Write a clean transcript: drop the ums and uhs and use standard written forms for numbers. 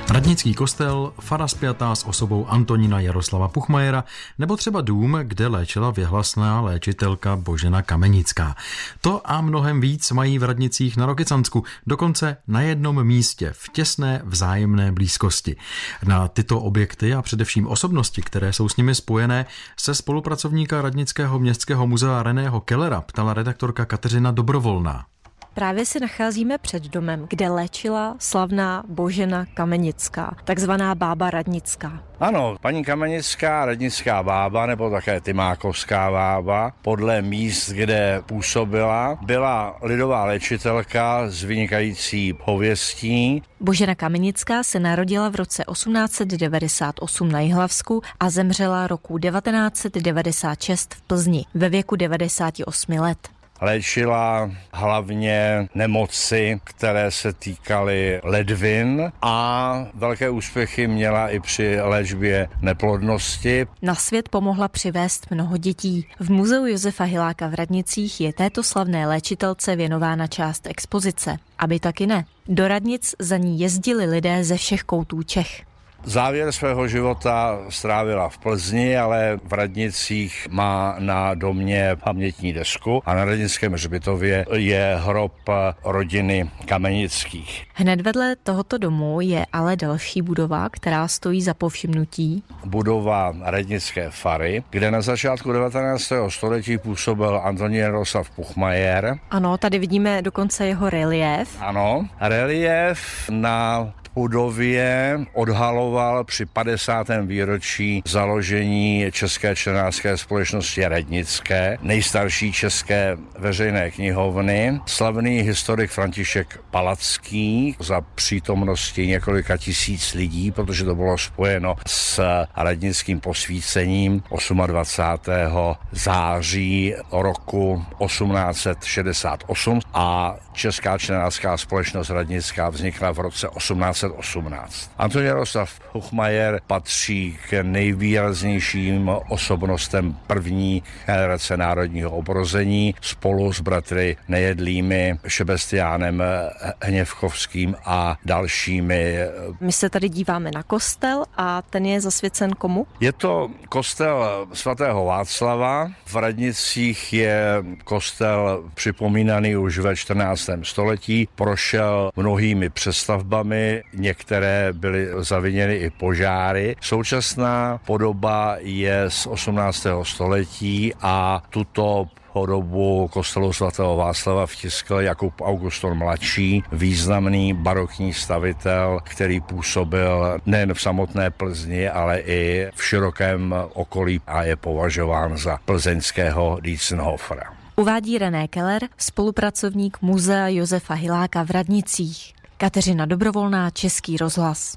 Radnický kostel, fara spjatá s osobou Antonína Jaroslava Puchmajera nebo třeba dům, kde léčila věhlasná léčitelka Božena Kamenická. To a mnohem víc mají v Radnicích na Rokycansku, dokonce na jednom místě, v těsné vzájemné blízkosti. Na tyto objekty a především osobnosti, které jsou s nimi spojené, se spolupracovníka Radnického městského muzea Reného Kellera ptala redaktorka Kateřina Dobrovolná. Právě se nacházíme před domem, kde léčila slavná Božena Kamenická, takzvaná bába radnická. Ano, paní Kamenická, radnická bába, nebo také Tymákovská bába, podle míst, kde působila, byla lidová léčitelka s vynikající pověstí. Božena Kamenická se narodila v roce 1898 na Jihlavsku a zemřela roku 1996 v Plzni ve věku 98 let. Léčila hlavně nemoci, které se týkaly ledvin a velké úspěchy měla i při léčbě neplodnosti. Na svět pomohla přivést mnoho dětí. V muzeu Josefa Hiláka v Radnicích je této slavné léčitelce věnována část expozice. Aby taky ne. Do Radnic za ní jezdili lidé ze všech koutů Čech. Závěr svého života strávila v Plzni, ale v Radnicích má na domě pamětní desku a na radnickém hřbitově je hrob rodiny Kamenických. Hned vedle tohoto domu je ale další budova, která stojí za povšimnutí. Budova radnické fary, kde na začátku 19. století působil Antonín Jaroslav Puchmajer. Ano, tady vidíme dokonce jeho reliéf. Ano, reliéf na budově odhaloval při 50. výročí založení České čtenářské společnosti Radnické, nejstarší české veřejné knihovny, slavný historik František Palacký za přítomnosti několika tisíc lidí, protože to bylo spojeno s radnickým posvícením 28. září roku 1868 a Česká čtenářská společnost Radnická vznikla v roce 1818. Antonín Jaroslav Puchmajer patří k nejvýraznějším osobnostem první generace národního obrození spolu s bratry Nejedlými, Šebestiánem Hněvkovským a dalšími. My se tady díváme na kostel a ten je zasvěcen komu? Je to kostel svatého Václava. V Radnicích je kostel připomínaný už ve 14. století. Prošel mnohými přestavbami, některé byly zaviněny i požáry. Současná podoba je z 18. století a tuto podobu kostelu svatého Václava vtiskl Jakub Auguston mladší, významný barokní stavitel, který působil nejen v samotné Plzni, ale i v širokém okolí a je považován za plzeňského Dietzenhofera. Uvádí René Keller, spolupracovník muzea Josefa Hiláka v Radnicích. Kateřina Dobrovolná, Český rozhlas.